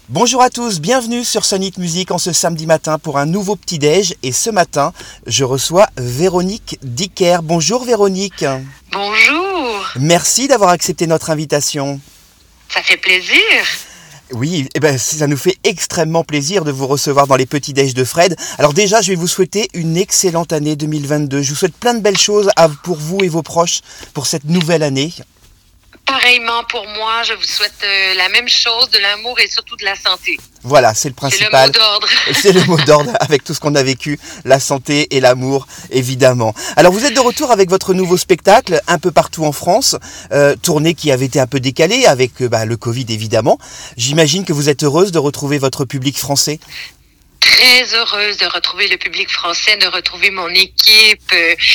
Bonjour à tous, bienvenue sur Sonic Music en ce samedi matin pour un nouveau petit-déj. Et ce matin, je reçois Véronique Dicker. Bonjour Véronique. Bonjour. Merci d'avoir accepté notre invitation. Ça fait plaisir. Oui, ça nous fait extrêmement plaisir de vous recevoir dans les petits-déj de Fred. Alors déjà, je vais vous souhaiter une excellente année 2022. Je vous souhaite plein de belles choses pour vous et vos proches pour cette nouvelle année. Pareillement pour moi, je vous souhaite la même chose, de l'amour et surtout de la santé. Voilà, c'est le principal. C'est le mot d'ordre. C'est le mot d'ordre avec tout ce qu'on a vécu, la santé et l'amour, évidemment. Alors vous êtes de retour avec votre nouveau spectacle, un peu partout en France, tournée qui avait été un peu décalée avec le Covid, évidemment. J'imagine que vous êtes heureuse de retrouver votre public français. Très heureuse de retrouver le public français, de retrouver mon équipe.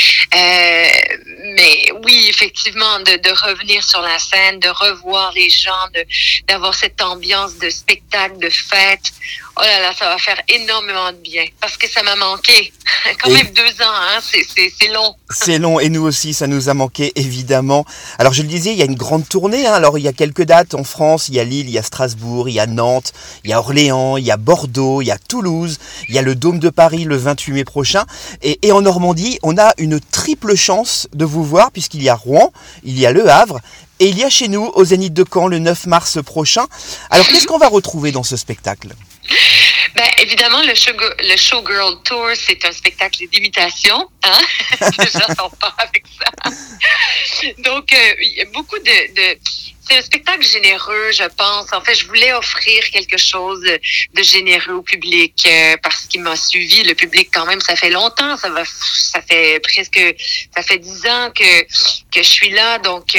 Mais oui, effectivement, de revenir sur la scène, de revoir les gens, d'avoir cette ambiance de spectacle, de fête. Oh là là, ça va faire énormément de bien parce que ça m'a manqué. Quand même 2 ans, hein, c'est long. C'est long et nous aussi, ça nous a manqué évidemment. Alors je le disais, il y a une grande tournée. Alors il y a quelques dates en France. Il y a Lille, il y a Strasbourg, il y a Nantes, il y a Orléans, il y a Bordeaux, il y a Toulouse, il y a le Dôme de Paris le 28 mai prochain. Et en Normandie, on a une triple chance de vous voir puisqu'il y a Rouen, il y a Le Havre et il y a chez nous au Zénith de Caen le 9 mars prochain. Alors qu'est-ce qu'on va retrouver dans ce spectacle ? Évidemment, le Showgirl Tour, c'est un spectacle d'imitation. Hein? Déjà, on part avec ça. Donc, il y a beaucoup c'est un spectacle généreux, je pense. En fait, je voulais offrir quelque chose de généreux au public parce qu'il m'a suivi. Le public, quand même, ça fait longtemps. Ça fait 10 ans que je suis là. Donc,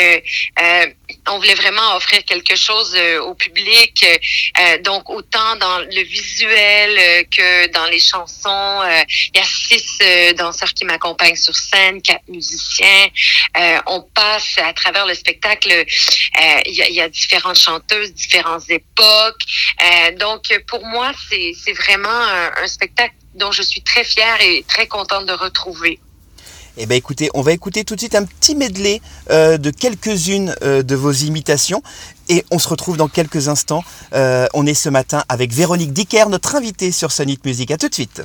on voulait vraiment offrir quelque chose au public. Donc, autant dans le visuel que dans les chansons. Il y a 6 danseurs qui m'accompagnent sur scène, 4 musiciens. On passe à travers le spectacle. Il y a différentes chanteuses, différentes époques. Donc, pour moi, c'est vraiment un spectacle dont je suis très fière et très contente de retrouver. Eh bien écoutez, on va écouter tout de suite un petit medley de quelques-unes de vos imitations et on se retrouve dans quelques instants. On est ce matin avec Véronique Dicker, notre invitée sur Sonic Music. À tout de suite.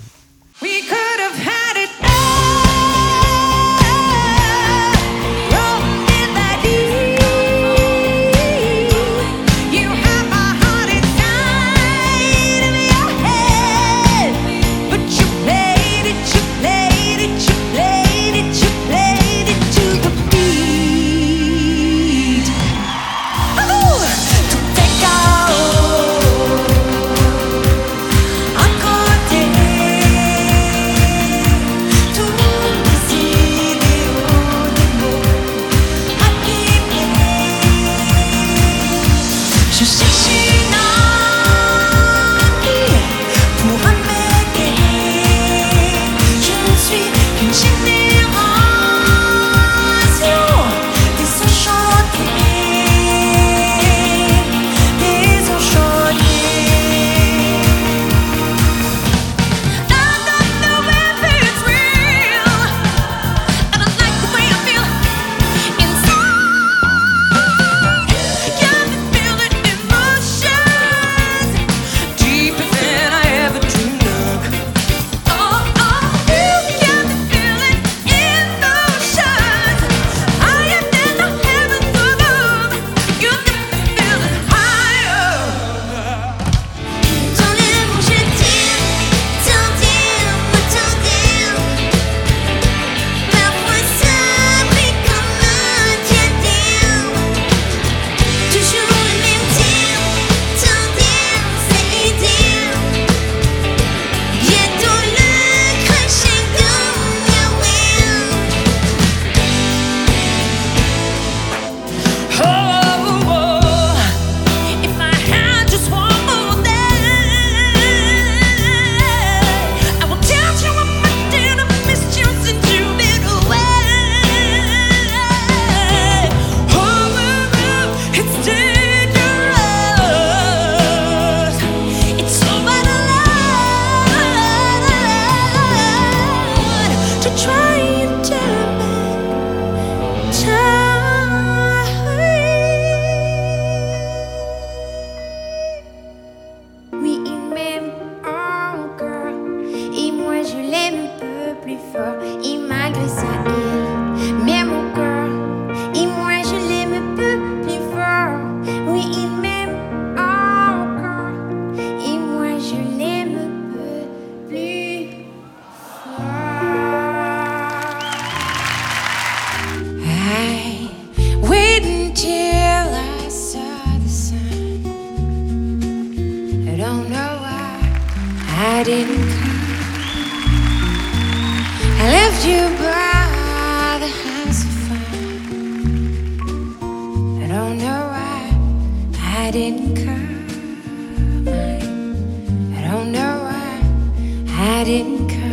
À côté I didn't come. I left you by the house of fun. I don't know why I didn't come. I don't know why I didn't come.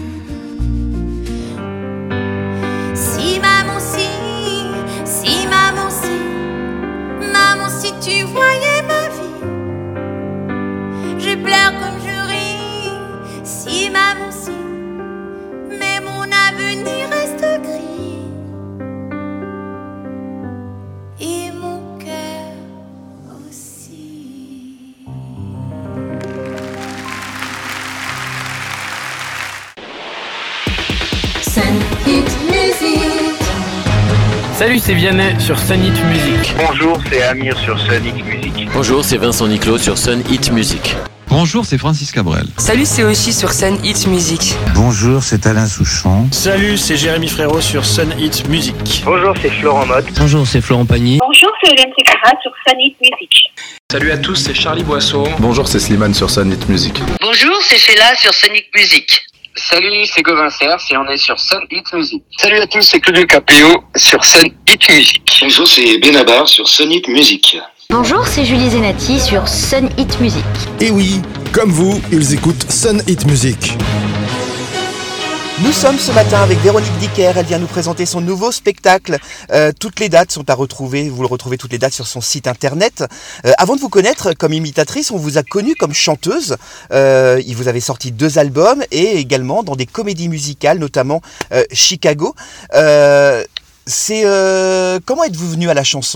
Maman, si tu voyais ma vie, je pleure comme je ris. Si, maman, si, mais mon avenir reste gris. Et mon cœur aussi. Sun Hit Music. Salut, c'est Vianney sur Sun Hit Music. Bonjour, c'est Amir sur Sun Hit Music. Bonjour, c'est Vincent Niclot sur Sun Hit Music. Bonjour, c'est Francis Cabrel. Salut, c'est Oshi sur Sun Hit Music. Bonjour, c'est Alain Souchon. Salut, c'est Jérémy Frérot sur Sun Hit Music. Bonjour, c'est Florent Mott. Bonjour, c'est Florent Pagny. Bonjour, c'est Hélène Segarra sur Sun Hit Music. Salut à tous, c'est Charlie Boisseau. Bonjour, c'est Slimane sur Sun Hit Music. Bonjour, c'est Sheila sur Sun Hit Music. Salut, c'est Gauvin Cerf et on est sur Sun Hit Music. Salut à tous, c'est Claudio Capéo sur Sun Hit Music. Bonjour, c'est Benabar sur Sun Hit Music. Bonjour, c'est Julie Zenati sur Sun Hit Music. Et oui, comme vous, ils écoutent Sun Hit Music. Nous sommes ce matin avec Véronique Dicker, elle vient nous présenter son nouveau spectacle. Toutes les dates sont à retrouver, vous le retrouvez toutes les dates sur son site internet. Avant de vous connaître comme imitatrice, on vous a connu comme chanteuse. Vous avez sorti 2 albums et également dans des comédies musicales, notamment Chicago. Comment êtes-vous venue à la chanson ?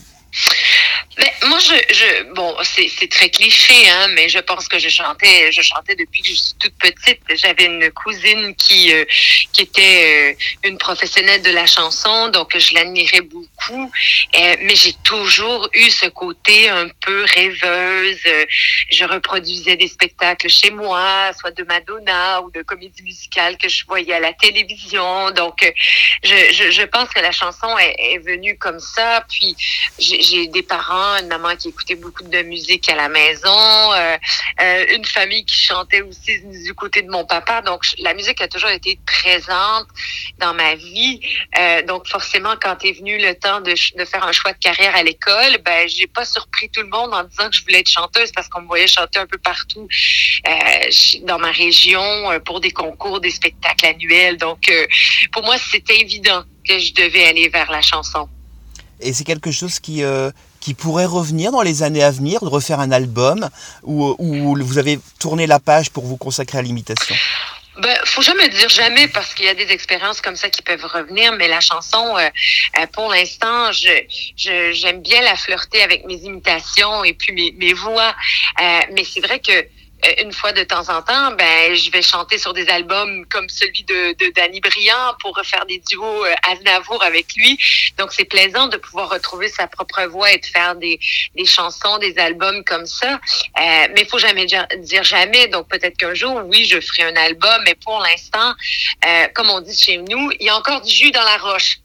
Mais moi, bon, c'est très cliché, hein, mais je pense que je chantais depuis que je suis toute petite. J'avais une cousine qui était une professionnelle de la chanson, donc je l'admirais beaucoup. Mais j'ai toujours eu ce côté un peu rêveuse. Je reproduisais des spectacles chez moi, soit de Madonna ou de comédie musicale que je voyais à la télévision. Donc, je pense que la chanson est venue comme ça. Puis, j'ai des parents, une maman qui écoutait beaucoup de musique à la maison, une famille qui chantait aussi du côté de mon papa. Donc, la musique a toujours été présente dans ma vie. Donc, forcément, quand est venu le temps de faire un choix de carrière à l'école, ben, j'ai pas surpris tout le monde en disant que je voulais être chanteuse parce qu'on me voyait chanter un peu partout dans ma région pour des concours, des spectacles annuels. Donc, pour moi, c'était évident que je devais aller vers la chanson. Et c'est quelque chose qui pourrait revenir dans les années à venir, de refaire un album où vous avez tourné la page pour vous consacrer à l'imitation? Faut jamais dire jamais parce qu'il y a des expériences comme ça qui peuvent revenir, mais la chanson, pour l'instant, j'aime bien la flirter avec mes imitations et puis mes voix. Mais c'est vrai que une fois de temps en temps, je vais chanter sur des albums comme celui de Danny Briand pour faire des duos Aznavour avec lui. Donc, c'est plaisant de pouvoir retrouver sa propre voix et de faire des chansons, des albums comme ça. Mais il faut jamais dire jamais. Donc, peut-être qu'un jour, oui, je ferai un album. Mais pour l'instant, comme on dit chez nous, il y a encore du jus dans la roche.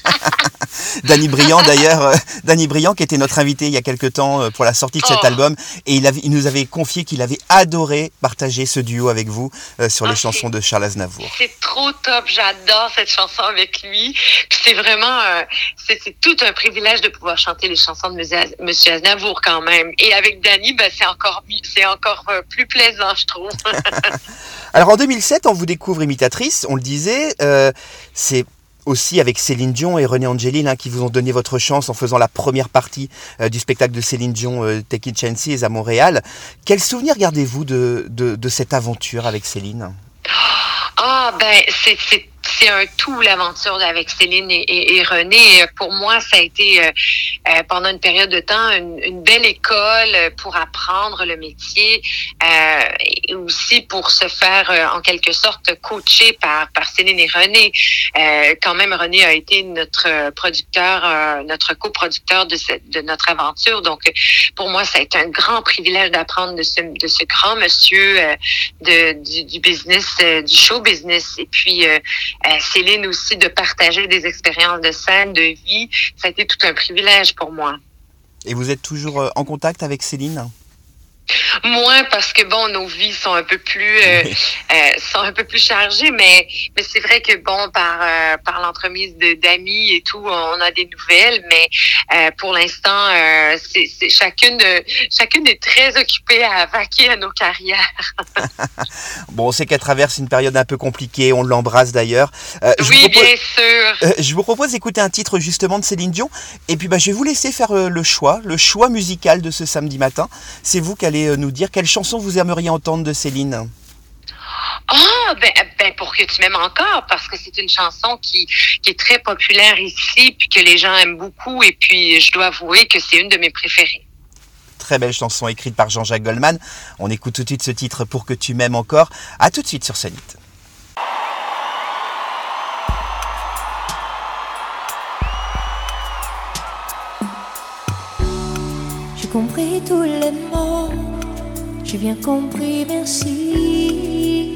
Danny Briand, d'ailleurs, Danny Briand qui était notre invité il y a quelque temps pour la sortie de cet album. Et il nous avait confié qu'il avait adoré partager ce duo avec vous sur les chansons de Charles Aznavour. C'est trop top, j'adore cette chanson avec lui. Puis c'est vraiment, c'est tout un privilège de pouvoir chanter les chansons de Monsieur Aznavour quand même. Et avec Danny, c'est encore plus plaisant, je trouve. Alors en 2007, on vous découvre imitatrice, on le disait, c'est aussi avec Céline Dion et René Angélil qui vous ont donné votre chance en faisant la première partie du spectacle de Céline Dion, Take It Chances à Montréal. Quel souvenir gardez-vous de cette aventure avec Céline ? C'est un tout, l'aventure avec Céline et René. Pour moi, ça a été pendant une période de temps une belle école pour apprendre le métier et aussi pour se faire en quelque sorte coacher par Céline et René. Quand même, René a été notre producteur, notre coproducteur de notre aventure. Donc, pour moi, ça a été un grand privilège d'apprendre de ce grand monsieur du business, du show business. Et puis, Céline aussi, de partager des expériences de scène, de vie. Ça a été tout un privilège pour moi. Et vous êtes toujours en contact avec Céline ? Moins parce que bon, nos vies sont un peu plus chargées, mais c'est vrai que bon, par l'entremise d'amis et tout, on a des nouvelles, mais pour l'instant, c'est chacune est très occupée à vaquer à nos carrières. Bon, on sait qu'elle traverse une période un peu compliquée, on l'embrasse d'ailleurs. Oui, bien sûr. Je vous propose d'écouter un titre justement de Céline Dion, et puis je vais vous laisser faire le choix musical de ce samedi matin. C'est vous qui allez nous dire quelle chanson vous aimeriez entendre de Céline. Ah, ben pour que tu m'aimes encore, parce que c'est une chanson qui est très populaire ici, puis que les gens aiment beaucoup, et puis je dois avouer que c'est une de mes préférées. Très belle chanson écrite par Jean-Jacques Goldman. On écoute tout de suite ce titre Pour que tu m'aimes encore. À tout de suite sur Sun It. J'ai compris tous les mots, j'ai bien compris, merci.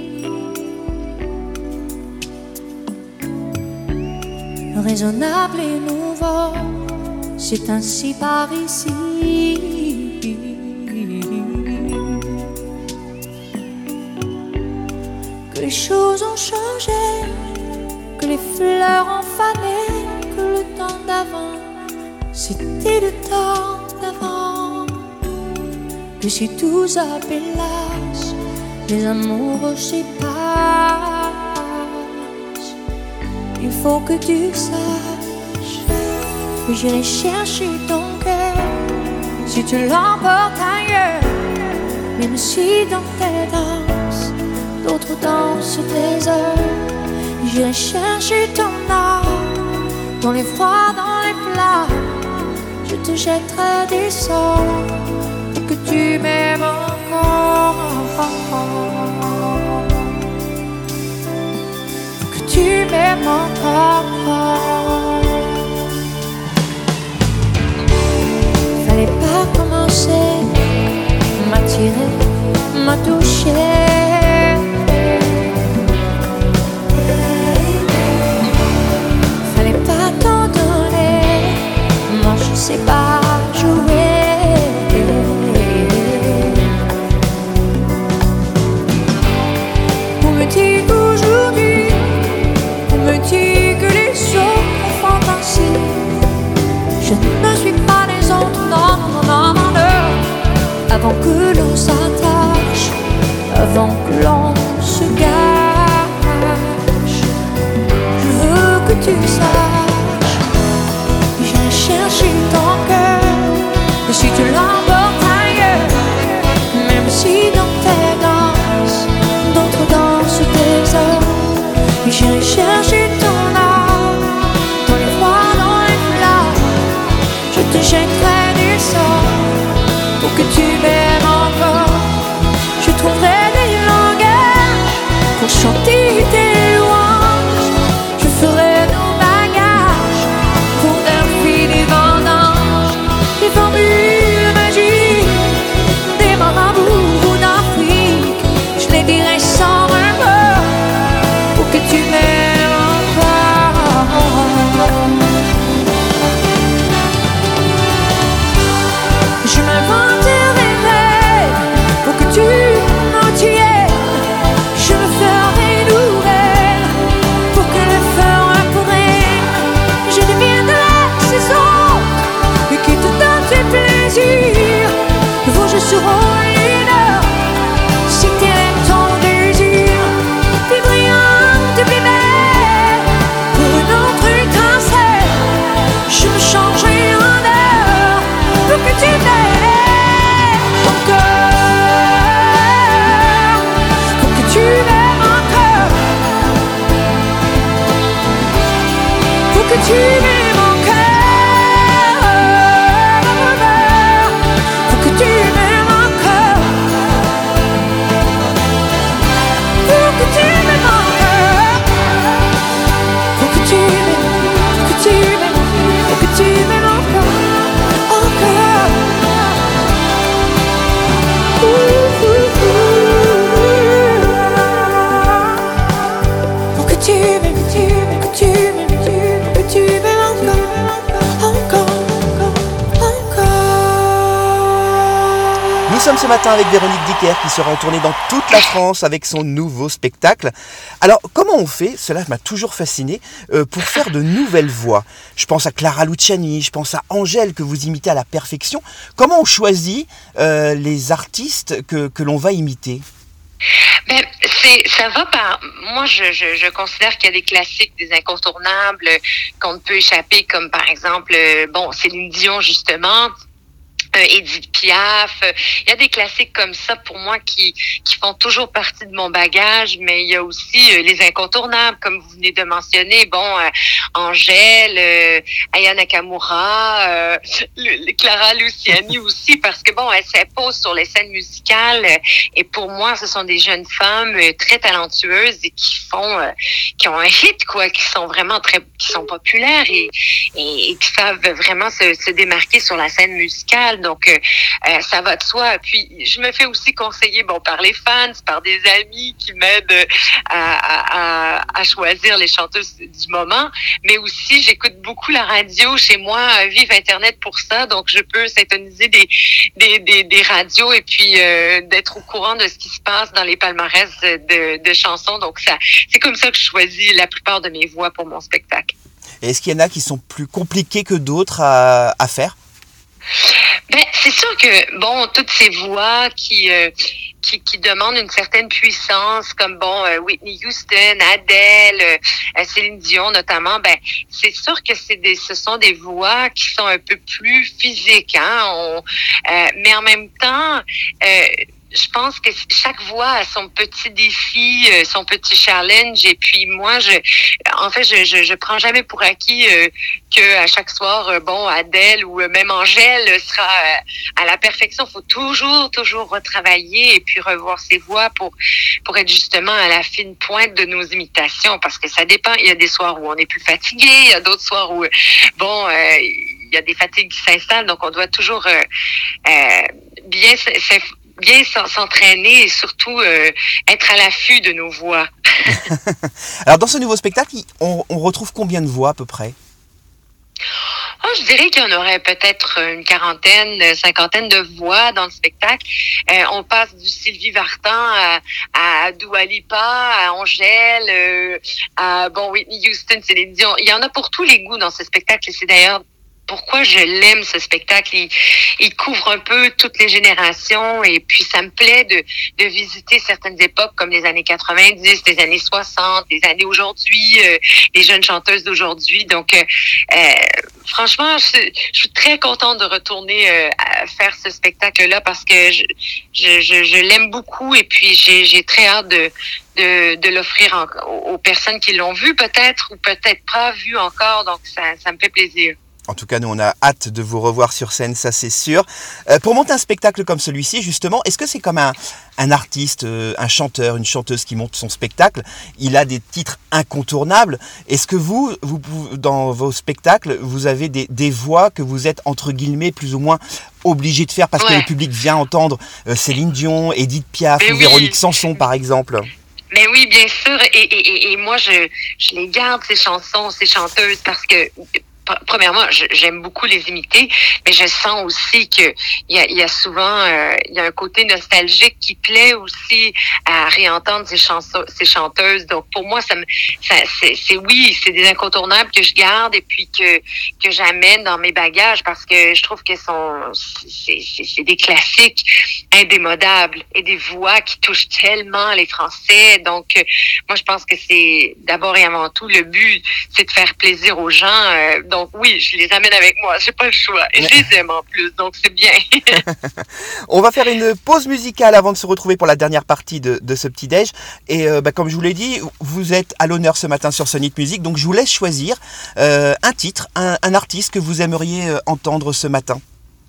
Le raisonnable et nouveau, c'est ainsi par ici. Que les choses ont changé, que les fleurs ont fané, que le temps d'avant, c'était le temps d'avant. Que si tout s'appelasse, les amoureux s'épassent. Il faut que tu saches que j'irai chercher ton cœur si tu l'emportes ailleurs. Même si dans tes danses, d'autres dansent tes heures. J'irai chercher ton âme dans les froids, dans les plats. Je te jetterai des sorts pour que tu m'aimes encore. Pour que tu m'aimes encore. Fallait pas commencer, m'attirer, m'a touché. Fallait pas t'en donner, moi je sais pas jouer. Nous sommes ce matin avec Véronique Dicker qui sera en tournée dans toute la France avec son nouveau spectacle. Alors, comment on fait, cela m'a toujours fasciné, pour faire de nouvelles voix? Je pense à Clara Luciani, je pense à Angèle que vous imitez à la perfection. Comment on choisit les artistes que l'on va imiter? Ben, ça va par. Moi, je considère qu'il y a des classiques, des incontournables qu'on ne peut échapper, comme par exemple, Céline Dion justement. Edith Piaf, il y a des classiques comme ça pour moi qui font toujours partie de mon bagage, mais il y a aussi les incontournables comme vous venez de mentionner, Angèle, Aya Nakamura, Clara Luciani aussi, parce que elles s'imposent sur les scènes musicales et pour moi ce sont des jeunes femmes très talentueuses et qui ont un hit qui sont vraiment qui sont populaires et qui savent vraiment se démarquer sur la scène musicale. Donc, ça va de soi. Puis, je me fais aussi conseiller, par les fans, par des amis qui m'aident à choisir les chanteuses du moment. Mais aussi, j'écoute beaucoup la radio chez moi, vive Internet pour ça. Donc, je peux syntoniser des radios et puis d'être au courant de ce qui se passe dans les palmarès de chansons. Donc, c'est comme ça que je choisis la plupart de mes voix pour mon spectacle. Et est-ce qu'il y en a qui sont plus compliqués que d'autres à faire? C'est sûr que toutes ces voix qui demandent une certaine puissance, comme Whitney Houston, Adele, Céline Dion notamment, c'est sûr que ce sont des voix qui sont un peu plus physiques, hein. Mais en même temps, je pense que chaque voix a son petit défi, son petit challenge. Et puis moi, je prends jamais pour acquis que à chaque soir, Adèle ou même Angèle sera à la perfection. Faut toujours retravailler et puis revoir ses voix pour être justement à la fine pointe de nos imitations. Parce que ça dépend. Il y a des soirs où on est plus fatigué, il y a d'autres soirs où il y a des fatigues qui s'installent. Donc on doit toujours bien s'entraîner et surtout être à l'affût de nos voix. Alors dans ce nouveau spectacle, on retrouve combien de voix à peu près? Je dirais qu'il y en aurait peut-être une cinquantaine de voix dans le spectacle. On passe du Sylvie Vartan à Dua Lipa, à Angèle, à Whitney Houston, Céline Dion. Il y en a pour tous les goûts dans ce spectacle et c'est d'ailleurs pourquoi je l'aime, ce spectacle. Il couvre un peu toutes les générations et puis ça me plaît de visiter certaines époques comme les années 90, les années 60, les années aujourd'hui, les jeunes chanteuses d'aujourd'hui. Donc, franchement, je suis très contente de retourner à faire ce spectacle-là parce que je l'aime beaucoup et puis j'ai très hâte de l'offrir aux personnes qui l'ont vu peut-être ou peut-être pas vu encore. Donc, ça me fait plaisir. En tout cas, nous, on a hâte de vous revoir sur scène, ça c'est sûr. Pour monter un spectacle comme celui-ci, justement, est-ce que c'est comme un artiste, un chanteur, une chanteuse qui monte son spectacle? Il a des titres incontournables. Est-ce que vous dans vos spectacles, vous avez des voix que vous êtes, entre guillemets, plus ou moins obligé de faire parce que le public vient entendre Céline Dion, Edith Piaf ou Véronique Sanson, par exemple? Mais oui, bien sûr. Et moi, je les garde, ces chansons, ces chanteuses, parce que premièrement, j'aime beaucoup les imiter, mais je sens aussi que il y a souvent il y a un côté nostalgique qui plaît aussi à réentendre ces chanteuses. Donc pour moi, c'est des incontournables que je garde et puis que j'amène dans mes bagages parce que je trouve que c'est des classiques indémodables et des voix qui touchent tellement les Français. Donc moi je pense que c'est d'abord et avant tout le but, c'est de faire plaisir aux gens. Donc oui, je les amène avec moi, j'ai pas le choix. Et je les aime en plus, donc c'est bien. On va faire une pause musicale avant de se retrouver pour la dernière partie de ce petit-déj. Et comme je vous l'ai dit, vous êtes à l'honneur ce matin sur Sun It Music, donc je vous laisse choisir un titre, un artiste que vous aimeriez entendre ce matin.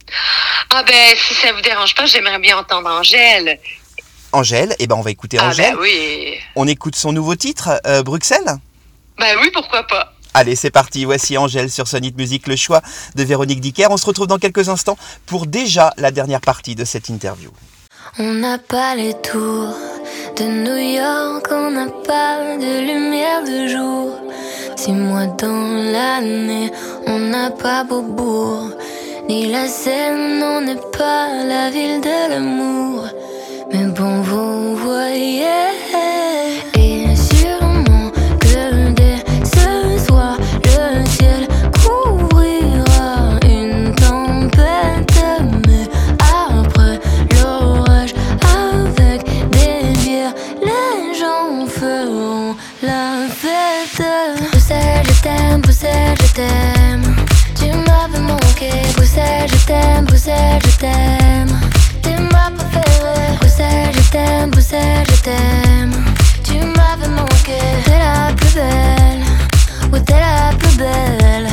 Si ça vous dérange pas, j'aimerais bien entendre Angèle. Angèle, on va écouter Angèle. Oui. On écoute son nouveau titre, Bruxelles. Oui, pourquoi pas. Allez, c'est parti, voici Angèle sur Sun It Music, le choix de Véronique Dicker. On se retrouve dans quelques instants pour déjà la dernière partie de cette interview. On n'a pas les tours de New York, on n'a pas de lumière de jour. 6 mois dans l'année, on n'a pas Beaubourg ni la Seine, on n'est pas la ville de l'amour. Mais bon, vous voyez. Et sûrement que dès ce soir, le ciel couvrira une tempête. Mais après l'orage, avec des bières, les gens feront la fête. Bruxelles, je t'aime, Bruxelles, je t'aime. Tu m'avais manqué, Bruxelles, je t'aime, Bruxelles, je t'aime. T'es ma préférée, Bruxelles, je t'aime, Bruxelles, je t'aime. Tu m'avais manqué, t'es la plus belle, oui t'es la plus belle.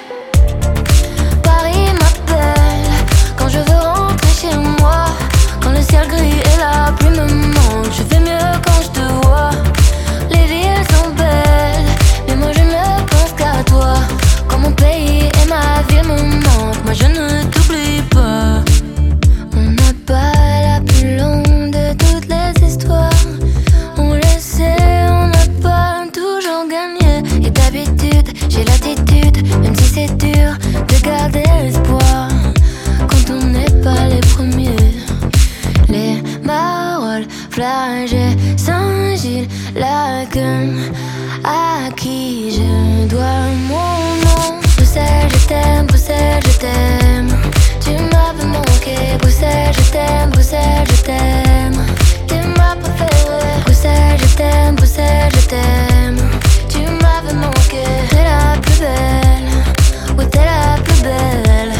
Paris m'appelle, quand je veux rentrer chez moi. Quand le ciel gris et la pluie me manquent, je fais mieux quand je te vois. Les villes sont belles, mais moi je ne pense qu'à toi. Quand mon pays et ma ville me manquent, moi je ne t'oublie pas. On n'a pas la plus longue de toutes les histoires. On le sait, on n'a pas toujours gagné. Et d'habitude, j'ai l'attitude, même si c'est dur, de garder l'espoir. Quand on n'est pas les premiers. Les Marolles, Flagey, Saint-Gilles, Laken, à qui je dois mon nom. Bruxelles, je t'aime, Bruxelles, je t'aime. Tu m'avais manqué, Bruxelles, je t'aime, Bruxelles, je t'aime. T'es ma préférée, Bruxelles, je t'aime, Bruxelles, je t'aime. Tu m'avais manqué, t'es la plus belle, oui t'es la plus belle.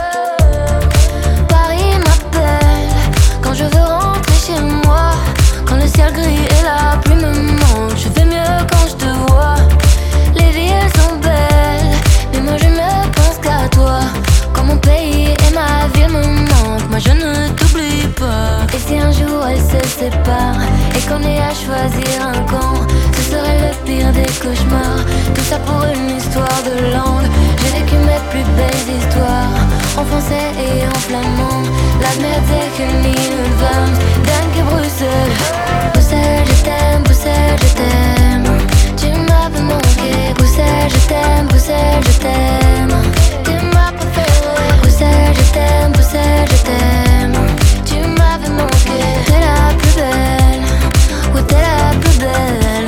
Paris m'appelle, quand je veux rentrer chez moi. Quand le ciel gris et la pluie me manquent, je fais mieux quand je te vois. Les villes sont belles, mais moi je ne pense qu'à toi. Quand mon pays et ma ville me manquent, moi je ne t'oublie pas. Et si un jour elles se séparent et qu'on ait à choisir un camp, ce serait le pire des cauchemars. Tout ça pour une histoire de langue. J'ai vécu mes plus belles histoires en français et en flamand. Laat me tegen niet van dank je Bruxelles. Bruxelles, je t'aime, Bruxelles, je t'aime. Tu m'avais manqué, Bruxelles, je t'aime, Bruxelles, je t'aime. T'es ma préférée, Bruxelles, je t'aime, Bruxelles, je t'aime. Tu m'avais manqué, t'es la plus belle, oui t'es la plus belle.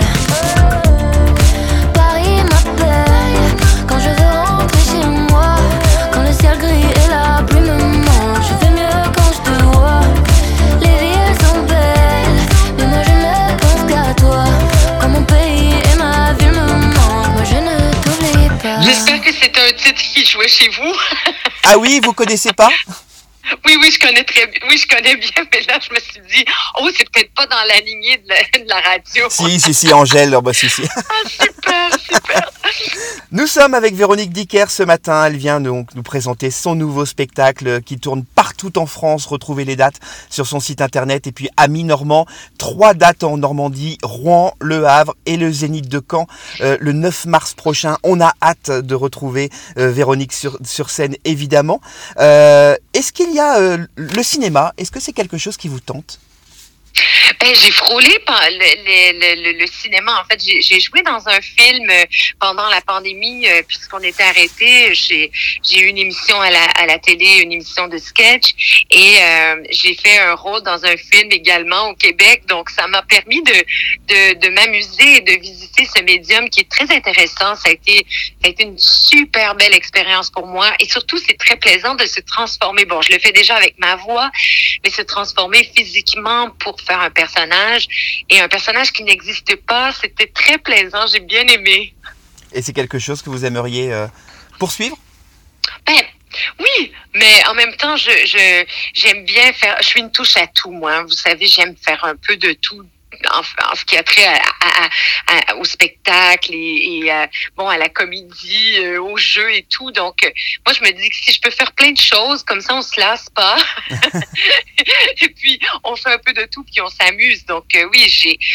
Paris m'appelle, quand je veux rentrer chez moi. Quand le ciel gris et la pluie me manquent, je fais mieux quand je te vois. Les villes sont belles, mais moi je ne pense qu'à toi. Quand mon pays et ma ville me manquent, moi je ne t'oublie pas. J'espère que c'est un titre qui jouait chez vous. Ah oui, vous connaissez pas? Oui, je connais très bien. Oui, je connais bien, mais là, je me suis dit, oh, c'est peut-être pas dans la lignée de la radio. Si, Angèle, bah si. Ah, super. Nous sommes avec Véronique Dicker ce matin. Elle vient donc nous présenter son nouveau spectacle qui tourne partout en France. Retrouvez les dates sur son site internet. Et puis, Amis Normands, 3 dates en Normandie, Rouen, Le Havre et le Zénith de Caen. Le 9 mars prochain, on a hâte de retrouver Véronique sur scène, évidemment. Est-ce qu'il y a le cinéma? Est-ce que c'est quelque chose qui vous tente? J'ai frôlé le cinéma. En fait, j'ai joué dans un film pendant la pandémie, puisqu'on était arrêtés. J'ai eu une émission à la télé, une émission de sketch, et j'ai fait un rôle dans un film également au Québec. Donc, ça m'a permis de m'amuser et de visiter ce médium qui est très intéressant. Ça a été une super belle expérience pour moi, et surtout, c'est très plaisant de se transformer. Bon, je le fais déjà avec ma voix, mais se transformer physiquement pour faire un personnage, et un personnage qui n'existe pas, c'était très plaisant, j'ai bien aimé. Et c'est quelque chose que vous aimeriez poursuivre? Oui, mais en même temps, j'aime bien faire, je suis une touche à tout, moi. Vous savez, j'aime faire un peu de tout en ce qui a trait au spectacle et à la comédie, au jeu et tout. Donc, moi, je me dis que si je peux faire plein de choses, comme ça, on se lasse pas. Et puis, on fait un peu de tout puis on s'amuse. Donc oui,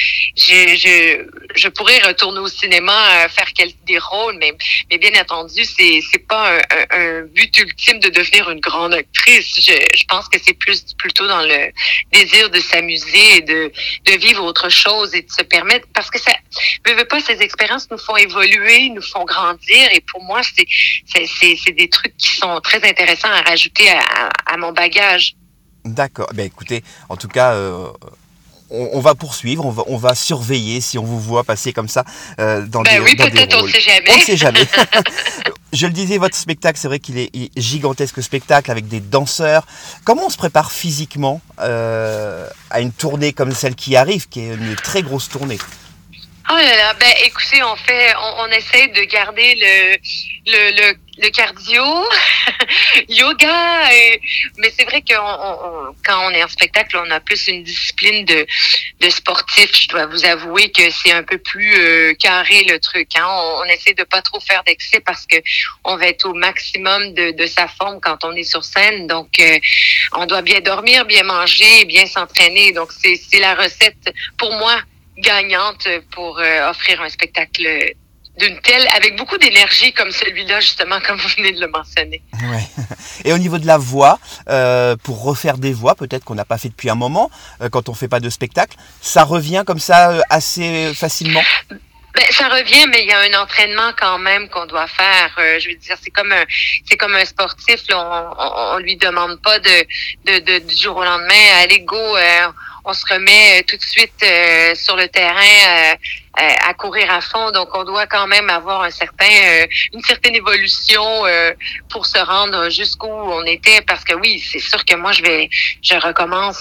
je pourrais retourner au cinéma, faire des rôles, mais bien entendu, c'est pas un but ultime de devenir une grande actrice. Je pense que c'est plutôt dans le désir de s'amuser et de vivre autre chose et de se permettre, parce que ça, veux pas, ces expériences nous font évoluer, nous font grandir, et pour moi, c'est des trucs qui sont très intéressants à rajouter à mon bagage. D'accord. Ben écoutez, en tout cas, on va poursuivre, on va surveiller si on vous voit passer comme ça dans des rôles. Oui, peut-être, on ne sait jamais. On ne sait jamais. Je le disais, votre spectacle, c'est vrai qu'il est gigantesque spectacle avec des danseurs. Comment on se prépare physiquement à une tournée comme celle qui arrive, qui est une très grosse tournée? Oh là là, écoutez, on essaie de garder le cardio, yoga, mais c'est vrai que quand on est en spectacle, on a plus une discipline de sportif. Je dois vous avouer que c'est un peu plus carré le truc. Hein. On essaie de pas trop faire d'excès parce que on va être au maximum de sa forme quand on est sur scène. Donc, on doit bien dormir, bien manger, bien s'entraîner. Donc, c'est la recette pour moi gagnante pour offrir un spectacle avec beaucoup d'énergie comme celui-là, justement, comme vous venez de le mentionner. Ouais. Et au niveau de la voix, pour refaire des voix, peut-être qu'on n'a pas fait depuis un moment, quand on fait pas de spectacle, ça revient comme ça assez facilement? Ça revient, mais il y a un entraînement quand même qu'on doit faire. Je veux dire, c'est comme un sportif. Là, on lui demande pas du jour au lendemain, allez go. On se remet tout de suite sur le terrain à courir à fond. Donc, on doit quand même avoir une certaine évolution pour se rendre jusqu'où on était. Parce que oui, c'est sûr que moi, je recommence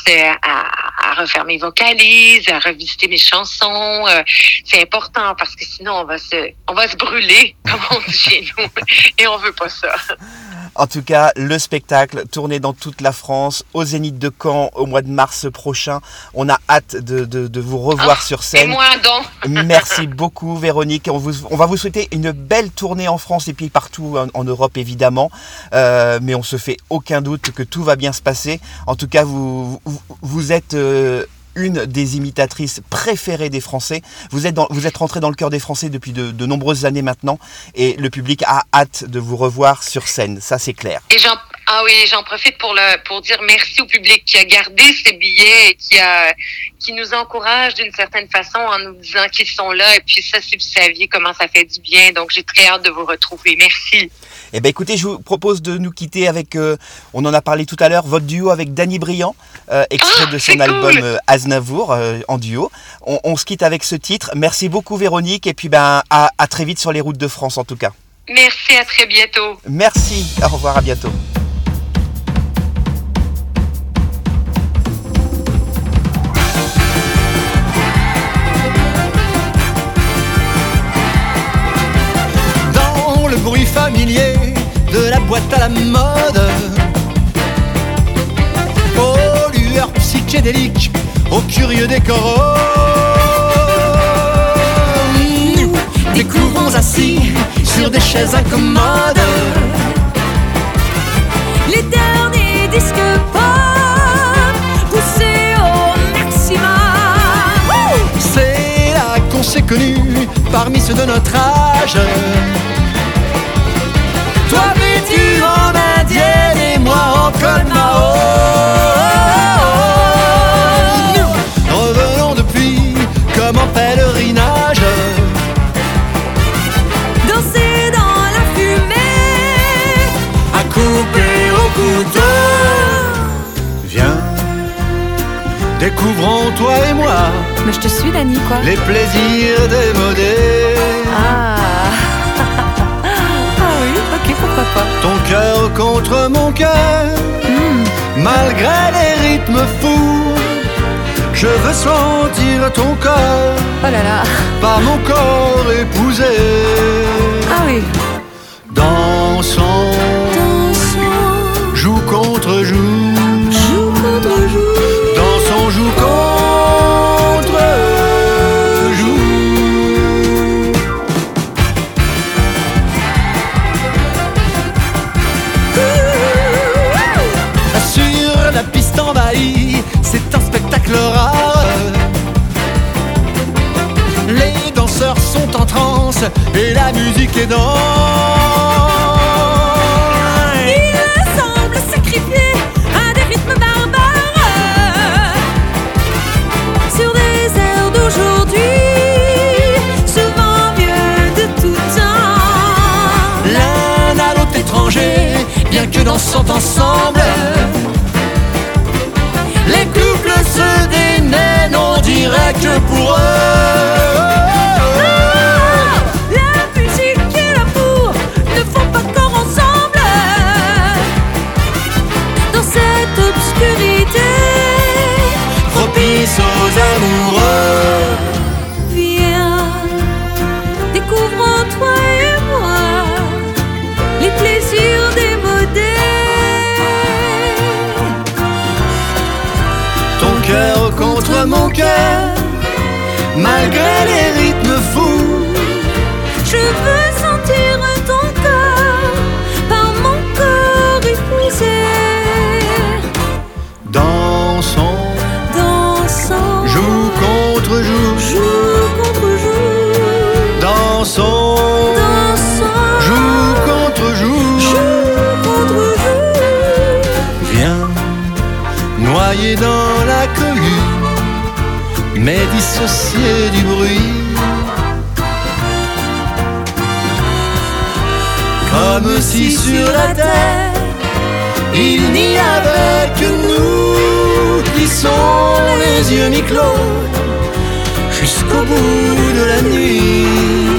à refaire mes vocalises, à revisiter mes chansons. C'est important parce que sinon, on va se brûler, comme on dit chez nous. Et on veut pas ça. En tout cas, le spectacle tourné dans toute la France, au Zénith de Caen, au mois de mars prochain. On a hâte de vous revoir sur scène. Et moi donc. Merci beaucoup, Véronique. On va vous souhaiter une belle tournée en France et puis partout en Europe, évidemment. Mais on se fait aucun doute que tout va bien se passer. En tout cas, vous êtes une des imitatrices préférées des Français. Vous êtes rentrée dans le cœur des Français depuis de nombreuses années maintenant, et le public a hâte de vous revoir sur scène, ça c'est clair. Et j'en profite pour dire merci au public qui a gardé ses billets et qui nous encourage d'une certaine façon en nous disant qu'ils sont là, et puis ça, si vous saviez comment ça fait du bien, donc j'ai très hâte de vous retrouver. Merci. Eh bien écoutez, je vous propose de nous quitter avec, on en a parlé tout à l'heure, votre duo avec Danny Briand, extrait de son album Aznavour en duo. On se quitte avec ce titre. Merci beaucoup Véronique, et puis à très vite sur les routes de France en tout cas. Merci, à très bientôt. Merci, au revoir, à bientôt. Dans le bruit familier de la boîte à la mode, aux lueurs psychédéliques, aux curieux décors, nous découvrons assis sur des chaises incommodes les derniers disques pop poussés au maximum. C'est là qu'on s'est connus parmi ceux de notre âge. Toi vêtu en indienne et moi en col Mao. Nous revenons depuis comme en pèlerinage, danser dans la fumée, à couper au couteau. Viens, découvrons toi et moi. Mais je te suis, Dani, quoi. Les plaisirs démodés. Ah oui, ok, pourquoi pas. Ton cœur contre mon cœur, malgré les rythmes fous, je veux sentir ton corps, oh là là, par mon corps épousé. Ah oui. Dansons, dansons, joue contre joue, joue contre joue, dansons joue contre joue. Sur la piste envahie, c'est un spectacle danse et la musique est dans. Il semble sacrifier à des rythmes barbares sur des airs d'aujourd'hui, souvent vieux de tout temps. L'un à l'autre étranger, bien que dansant ensemble, les couples se démènent, on dirait que pour eux la musique et l'amour ne font pas corps ensemble. Dans cette obscurité propice aux amoureux, viens, découvrons toi et moi les plaisirs démodés. ton cœur contre mon cœur, malgré les rythmes fous. Je veux sentir ton corps par mon corps épousé. Dansons, dansons, joue contre joue, joue contre joue. Dansons, dansons, joue contre joue, joue contre joue. Viens, noyé dans la cohue, mais dissocié du bruit. Comme si sur la terre il n'y avait que nous qui sont les yeux mi-clos jusqu'au bout de la nuit.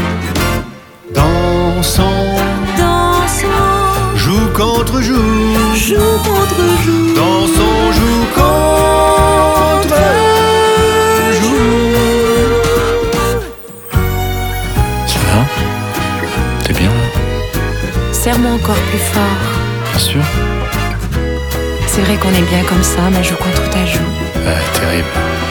Dansons, dansons, joue contre joue, joue contre joue. Dansons, joue contre joue. Ça va? T'es bien là? Serre-moi encore plus fort. Bien sûr. C'est vrai qu'on est bien comme ça, ma joue contre ta joue. Terrible.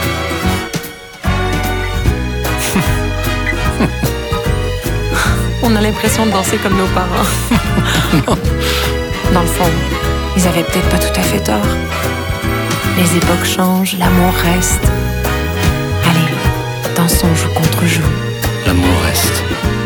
On a l'impression de danser comme nos parents. Dans le fond, ils avaient peut-être pas tout à fait tort. Les époques changent, l'amour reste. Allez, dansons joue contre joue. L'amour reste.